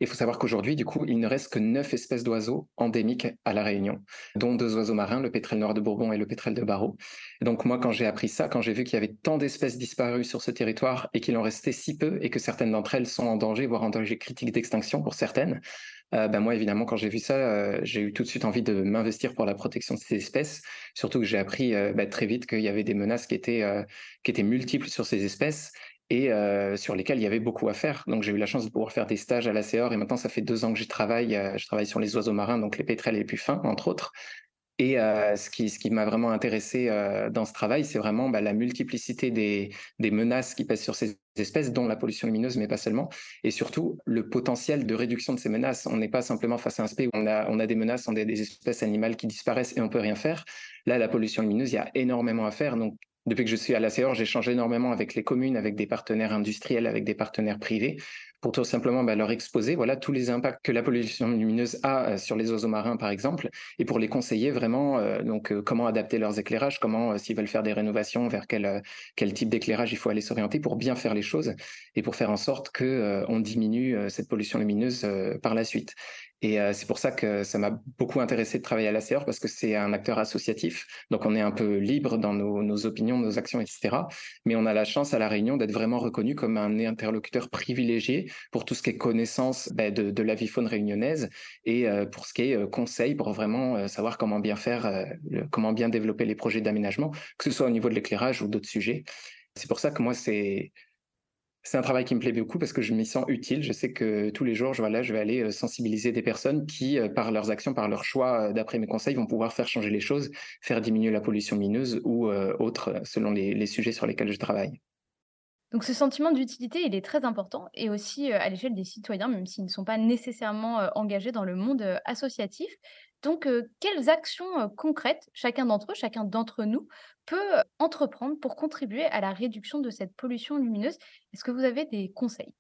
Il faut savoir qu'aujourd'hui, du coup, il ne reste que neuf espèces d'oiseaux endémiques à La Réunion, dont deux oiseaux marins, le pétrel noir de Bourbon et le pétrel de Barreau. Et donc moi, quand j'ai appris ça, quand j'ai vu qu'il y avait tant d'espèces disparues sur ce territoire et qu'il en restait si peu et que certaines d'entre elles sont en danger, voire en danger critique d'extinction pour certaines, euh, ben moi, évidemment, quand j'ai vu ça, euh, j'ai eu tout de suite envie de m'investir pour la protection de ces espèces, surtout que j'ai appris euh, ben, très vite qu'il y avait des menaces qui étaient, euh, qui étaient multiples sur ces espèces et euh, sur lesquels il y avait beaucoup à faire. Donc j'ai eu la chance de pouvoir faire des stages à l'A C E O R et maintenant ça fait deux ans que j'y travaille. Euh, je travaille sur les oiseaux marins, donc les pétrels et les puffins, entre autres. Et euh, ce qui, ce qui m'a vraiment intéressé euh, dans ce travail, c'est vraiment bah, la multiplicité des, des menaces qui pèsent sur ces espèces, dont la pollution lumineuse, mais pas seulement, et surtout le potentiel de réduction de ces menaces. On n'est pas simplement face à un spé où on a, on a des menaces, on a des espèces animales qui disparaissent et on peut rien faire. Là, la pollution lumineuse, il y a énormément à faire. Donc, depuis que je suis à l'A C E O R, j'échange énormément avec les communes, avec des partenaires industriels, avec des partenaires privés, pour tout simplement bah, leur exposer voilà, tous les impacts que la pollution lumineuse a euh, sur les oiseaux marins, par exemple, et pour les conseiller vraiment euh, donc, euh, comment adapter leurs éclairages, comment, euh, s'ils veulent faire des rénovations, vers quel, euh, quel type d'éclairage il faut aller s'orienter pour bien faire les choses et pour faire en sorte qu'on euh, diminue euh, cette pollution lumineuse euh, par la suite. Et euh, c'est pour ça que ça m'a beaucoup intéressé de travailler à l'A C E O R parce que c'est un acteur associatif, donc on est un peu libre dans nos, nos opinions, nos actions, et cetera. Mais on a la chance à La Réunion d'être vraiment reconnu comme un interlocuteur privilégié pour tout ce qui est connaissance ben, de, de l'avifaune réunionnaise et euh, pour ce qui est euh, conseil pour vraiment euh, savoir comment bien faire, euh, le, comment bien développer les projets d'aménagement, que ce soit au niveau de l'éclairage ou d'autres sujets. C'est pour ça que moi, c'est... C'est un travail qui me plaît beaucoup parce que je m'y sens utile. Je sais que tous les jours, je, voilà, je vais aller sensibiliser des personnes qui, par leurs actions, par leurs choix, d'après mes conseils, vont pouvoir faire changer les choses, faire diminuer la pollution lumineuse ou euh, autre, selon les, les sujets sur lesquels je travaille. Donc ce sentiment d'utilité, il est très important et aussi euh, à l'échelle des citoyens, même s'ils ne sont pas nécessairement euh, engagés dans le monde euh, associatif. Donc, euh, quelles actions euh, concrètes chacun d'entre eux, chacun d'entre nous peut euh, entreprendre pour contribuer à la réduction de cette pollution lumineuse? Est-ce que vous avez des conseils?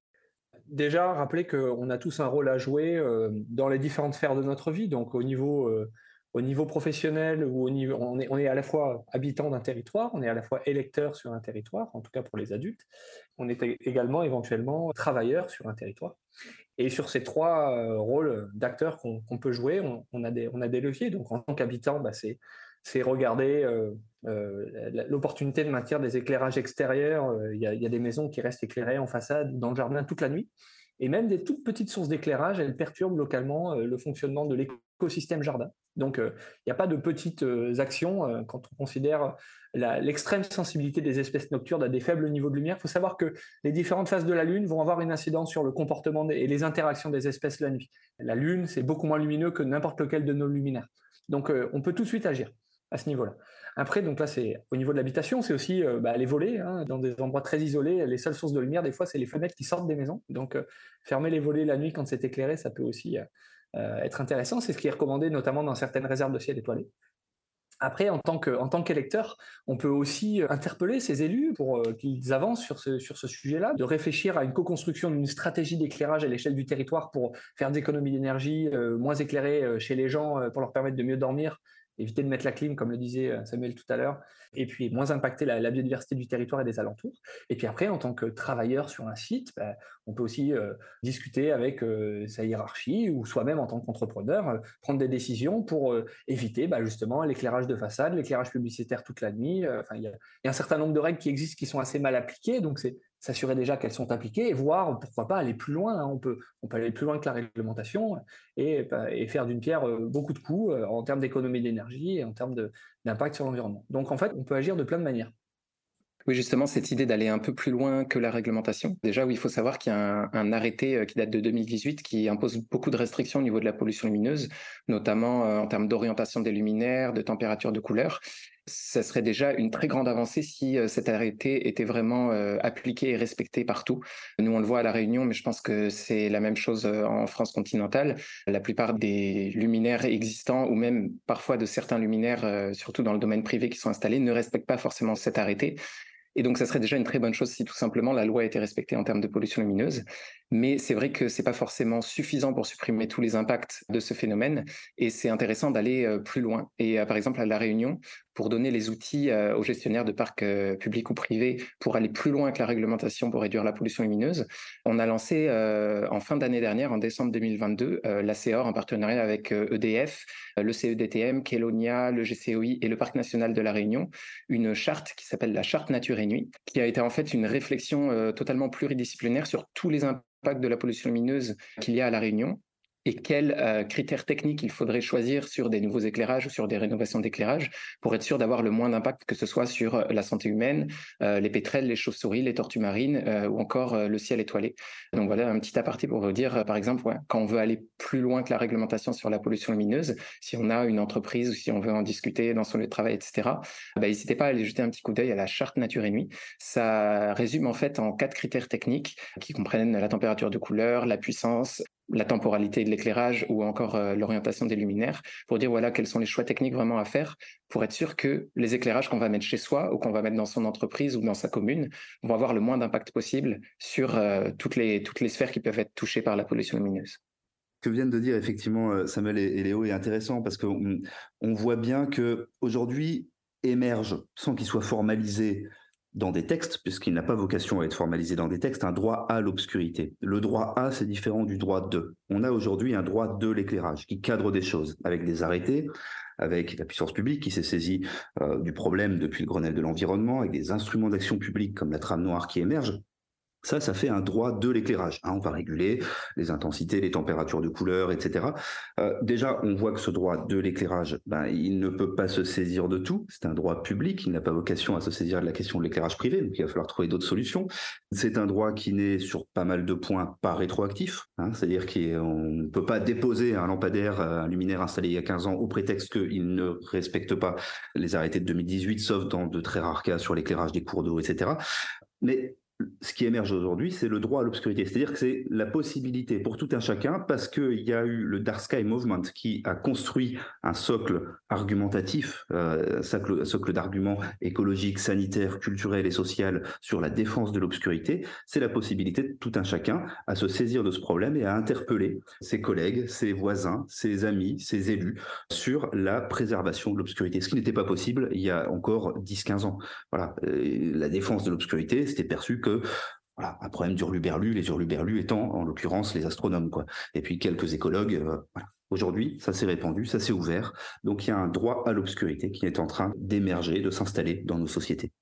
Déjà, rappeler qu'on a tous un rôle à jouer euh, dans les différentes sphères de notre vie, donc au niveau, euh, au niveau professionnel, ou au niveau, on est, on est à la fois habitant d'un territoire, on est à la fois électeur sur un territoire, en tout cas pour les adultes, on est également éventuellement travailleur sur un territoire. Et sur ces trois euh, rôles d'acteurs qu'on qu'on peut jouer, on, on, a des, on a des leviers. Donc en tant qu'habitant, bah, c'est c'est regarder euh, euh, l'opportunité de maintenir des éclairages extérieurs. Il y, y a des maisons qui restent éclairées en façade, dans le jardin toute la nuit. Et même des toutes petites sources d'éclairage, elles perturbent localement euh, le fonctionnement de l'écosystème jardin. Donc il euh, n'y a pas de petites euh, actions euh, quand on considère l'extrême sensibilité des espèces nocturnes à des faibles niveaux de lumière. Il faut savoir que les différentes phases de la Lune vont avoir une incidence sur le comportement des, et les interactions des espèces la nuit. La Lune, c'est beaucoup moins lumineux que n'importe lequel de nos luminaires. Donc euh, on peut tout de suite agir à ce niveau-là. Après, donc là, c'est au niveau de l'habitation, c'est aussi euh, bah, les volets, hein, dans des endroits très isolés. Les seules sources de lumière, des fois, c'est les fenêtres qui sortent des maisons. Donc, euh, fermer les volets la nuit quand c'est éclairé, ça peut aussi euh, être intéressant. C'est ce qui est recommandé, notamment dans certaines réserves de ciel étoilé. Après, en tant que, en tant qu'électeur, on peut aussi interpeller ces élus pour euh, qu'ils avancent sur ce, sur ce sujet-là, de réfléchir à une co-construction d'une stratégie d'éclairage à l'échelle du territoire pour faire des économies d'énergie, euh, moins éclairées euh, chez les gens, euh, pour leur permettre de mieux dormir, éviter de mettre la clim, comme le disait Samuel tout à l'heure, et puis moins impacter la, la biodiversité du territoire et des alentours. Et puis après, en tant que travailleur sur un site, bah, on peut aussi euh, discuter avec euh, sa hiérarchie ou soi-même en tant qu'entrepreneur, euh, prendre des décisions pour euh, éviter bah, justement l'éclairage de façade, l'éclairage publicitaire toute la nuit. Euh, enfin, il y, y a un certain nombre de règles qui existent qui sont assez mal appliquées, donc c'est s'assurer déjà qu'elles sont appliquées et voir, pourquoi pas, aller plus loin. Hein. On peut, on peut aller plus loin que la réglementation et, et faire d'une pierre beaucoup de coups en termes d'économie d'énergie et en termes d'impact sur l'environnement. Donc en fait, on peut agir de plein de manières. Oui, justement, cette idée d'aller un peu plus loin que la réglementation. Déjà, oui, il faut savoir qu'il y a un, un arrêté qui date de deux mille dix-huit qui impose beaucoup de restrictions au niveau de la pollution lumineuse, notamment en termes d'orientation des luminaires, de température, de couleur. Ça serait déjà une très grande avancée si euh, cet arrêté était vraiment euh, appliqué et respecté partout. Nous, on le voit à La Réunion, mais je pense que c'est la même chose euh, en France continentale. La plupart des luminaires existants, ou même parfois de certains luminaires, euh, surtout dans le domaine privé qui sont installés, ne respectent pas forcément cet arrêté. Et donc, ça serait déjà une très bonne chose si tout simplement la loi était respectée en termes de pollution lumineuse. Mais c'est vrai que c'est pas forcément suffisant pour supprimer tous les impacts de ce phénomène et c'est intéressant d'aller euh, plus loin. Et euh, par exemple, à La Réunion, pour donner les outils euh, aux gestionnaires de parcs euh, publics ou privés pour aller plus loin que la réglementation pour réduire la pollution lumineuse, on a lancé euh, en fin d'année dernière, en décembre deux mille vingt-deux, euh, l'A C E O R en partenariat avec euh, E D F, euh, le C E D T M, Kelonia, le G C O I et le Parc national de La Réunion, une charte qui s'appelle la charte Nature et Nuit, qui a été en fait une réflexion euh, totalement pluridisciplinaire sur tous les impacts de la pollution lumineuse qu'il y a à La Réunion et quels euh, critères techniques il faudrait choisir sur des nouveaux éclairages ou sur des rénovations d'éclairage pour être sûr d'avoir le moins d'impact, que ce soit sur la santé humaine, euh, les pétrels, les chauves-souris, les tortues marines euh, ou encore euh, le ciel étoilé. Donc voilà un petit aparté pour vous dire, euh, par exemple, ouais, quand on veut aller plus loin que la réglementation sur la pollution lumineuse, si on a une entreprise ou si on veut en discuter dans son lieu de travail, et cetera, bah, n'hésitez pas à aller jeter un petit coup d'œil à la charte Nature et Nuit. Ça résume en fait en quatre critères techniques qui comprennent la température de couleur, la puissance, la temporalité de l'éclairage ou encore euh, l'orientation des luminaires, pour dire voilà quels sont les choix techniques vraiment à faire pour être sûr que les éclairages qu'on va mettre chez soi ou qu'on va mettre dans son entreprise ou dans sa commune vont avoir le moins d'impact possible sur euh, toutes les, toutes les sphères qui peuvent être touchées par la pollution lumineuse. Ce que viennent de dire effectivement Samuel et, et Léo est intéressant parce qu'on on voit bien qu'aujourd'hui émerge, sans qu'il soit formalisé dans des textes, puisqu'il n'a pas vocation à être formalisé dans des textes, un droit à l'obscurité. Le droit à, c'est différent du droit de. On a aujourd'hui un droit de l'éclairage qui cadre des choses, avec des arrêtés, avec la puissance publique qui s'est saisie euh, du problème depuis le Grenelle de l'environnement, avec des instruments d'action publique comme la trame noire qui émerge. Ça, ça fait un droit de l'éclairage. Hein, on va réguler les intensités, les températures de couleur, et cetera. Euh, déjà, on voit que ce droit de l'éclairage, ben, il ne peut pas se saisir de tout. C'est un droit public. Il n'a pas vocation à se saisir de la question de l'éclairage privé. Donc, il va falloir trouver d'autres solutions. C'est un droit qui n'est sur pas mal de points pas rétroactif. Hein, c'est-à-dire qu'on ne peut pas déposer un lampadaire, un luminaire installé il y a quinze ans au prétexte qu'il ne respecte pas les arrêtés de deux mille dix-huit, sauf dans de très rares cas sur l'éclairage des cours d'eau, et cetera. Mais ce qui émerge aujourd'hui, c'est le droit à l'obscurité. C'est-à-dire que c'est la possibilité pour tout un chacun, parce qu'il y a eu le Dark Sky Movement qui a construit un socle argumentatif, euh, un socle, un socle d'arguments écologiques, sanitaires, culturels et social sur la défense de l'obscurité. C'est la possibilité de tout un chacun à se saisir de ce problème et à interpeller ses collègues, ses voisins, ses amis, ses élus sur la préservation de l'obscurité. Ce qui n'était pas possible il y a encore dix quinze ans. Voilà. Euh, la défense de l'obscurité, c'était perçu que voilà, un problème d'hurluberlus, les hurluberlus étant en l'occurrence les astronomes, quoi. Et puis quelques écologues. Euh, voilà. Aujourd'hui, ça s'est répandu, ça s'est ouvert. Donc il y a un droit à l'obscurité qui est en train d'émerger, de s'installer dans nos sociétés.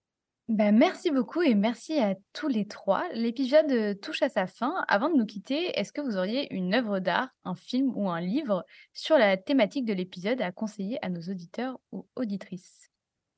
Ben, merci beaucoup et merci à tous les trois. L'épisode euh, touche à sa fin. Avant de nous quitter, est-ce que vous auriez une œuvre d'art, un film ou un livre sur la thématique de l'épisode à conseiller à nos auditeurs ou auditrices?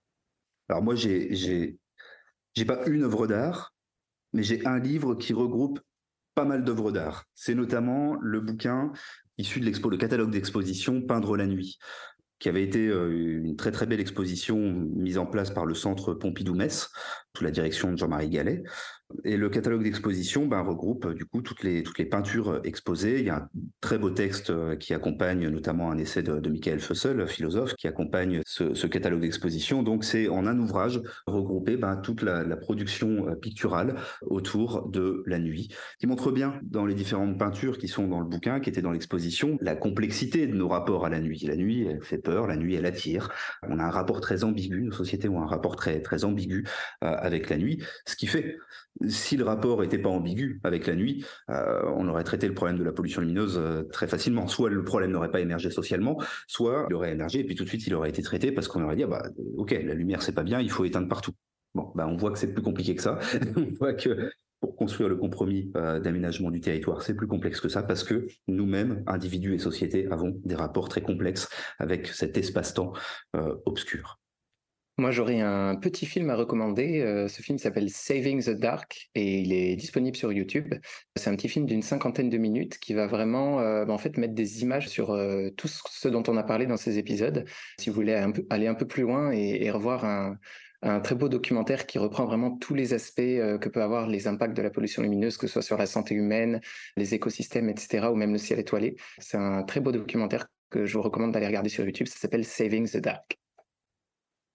Alors moi, j'ai, j'ai, j'ai pas une œuvre d'art, mais j'ai un livre qui regroupe pas mal d'œuvres d'art. C'est notamment le bouquin issu de l'expo, le catalogue d'exposition Peindre la nuit, qui avait été une très très belle exposition mise en place par le Centre Pompidou-Metz, sous la direction de Jean-Marie Gallet. Et le catalogue d'exposition ben, regroupe du coup toutes les, toutes les peintures exposées. Il y a un très beau texte qui accompagne notamment un essai de, de Michael Fussell, philosophe, qui accompagne ce, ce catalogue d'exposition. Donc c'est en un ouvrage regroupé ben, toute la, la production picturale autour de la nuit, qui montre bien dans les différentes peintures qui sont dans le bouquin, qui étaient dans l'exposition, la complexité de nos rapports à la nuit. La nuit, elle fait peur, la nuit, elle attire. On a un rapport très ambigu, nos sociétés ont un rapport très, très ambigu euh, avec la nuit, ce qui fait... Si le rapport n'était pas ambigu avec la nuit, euh, on aurait traité le problème de la pollution lumineuse euh, très facilement. Soit le problème n'aurait pas émergé socialement, soit il aurait émergé et puis tout de suite il aurait été traité parce qu'on aurait dit ah bah ok, la lumière c'est pas bien, il faut éteindre partout. Bon, bah on voit que c'est plus compliqué que ça. On voit que pour construire le compromis euh, d'aménagement du territoire, c'est plus complexe que ça parce que nous-mêmes, individus et sociétés, avons des rapports très complexes avec cet espace-temps euh, obscur. Moi, j'aurais un petit film à recommander. Euh, ce film s'appelle Saving the Dark et il est disponible sur YouTube. C'est un petit film d'une cinquantaine de minutes qui va vraiment euh, en fait, mettre des images sur euh, tout ce dont on a parlé dans ces épisodes. Si vous voulez un peu, aller un peu plus loin et, et revoir un, un très beau documentaire qui reprend vraiment tous les aspects euh, que peut avoir les impacts de la pollution lumineuse, que ce soit sur la santé humaine, les écosystèmes, et cetera, ou même le ciel étoilé. C'est un très beau documentaire que je vous recommande d'aller regarder sur YouTube. Ça s'appelle Saving the Dark.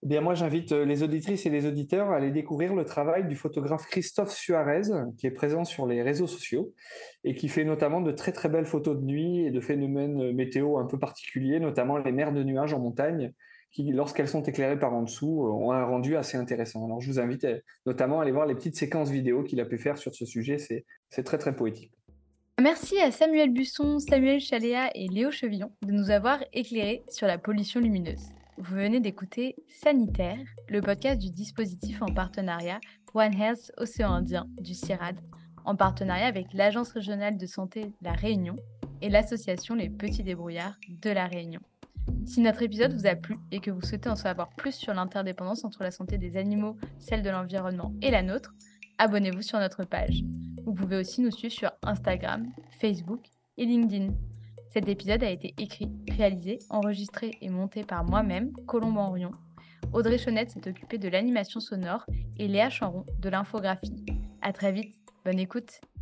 Eh bien, moi, j'invite les auditrices et les auditeurs à aller découvrir le travail du photographe Christophe Suarez, qui est présent sur les réseaux sociaux et qui fait notamment de très très belles photos de nuit et de phénomènes météo un peu particuliers, notamment les mers de nuages en montagne, qui, lorsqu'elles sont éclairées par en dessous, ont un rendu assez intéressant. Alors, je vous invite notamment à aller voir les petites séquences vidéo qu'il a pu faire sur ce sujet, c'est, c'est très très poétique. Merci à Samuel Busson, Samuel Chaléa et Léo Chevillon de nous avoir éclairés sur la pollution lumineuse. Vous venez d'écouter Sanitaire, le podcast du dispositif en partenariat One Health Océan Indien du CIRAD, en partenariat avec l'Agence régionale de santé La Réunion et l'association Les Petits Débrouillards de La Réunion. Si notre épisode vous a plu et que vous souhaitez en savoir plus sur l'interdépendance entre la santé des animaux, celle de l'environnement et la nôtre, abonnez-vous sur notre page. Vous pouvez aussi nous suivre sur Instagram, Facebook et LinkedIn. Cet épisode a été écrit, réalisé, enregistré et monté par moi-même, Colombe Henrion. Audrey Chonette s'est occupée de l'animation sonore et Léa Chanron de l'infographie. À très vite, bonne écoute.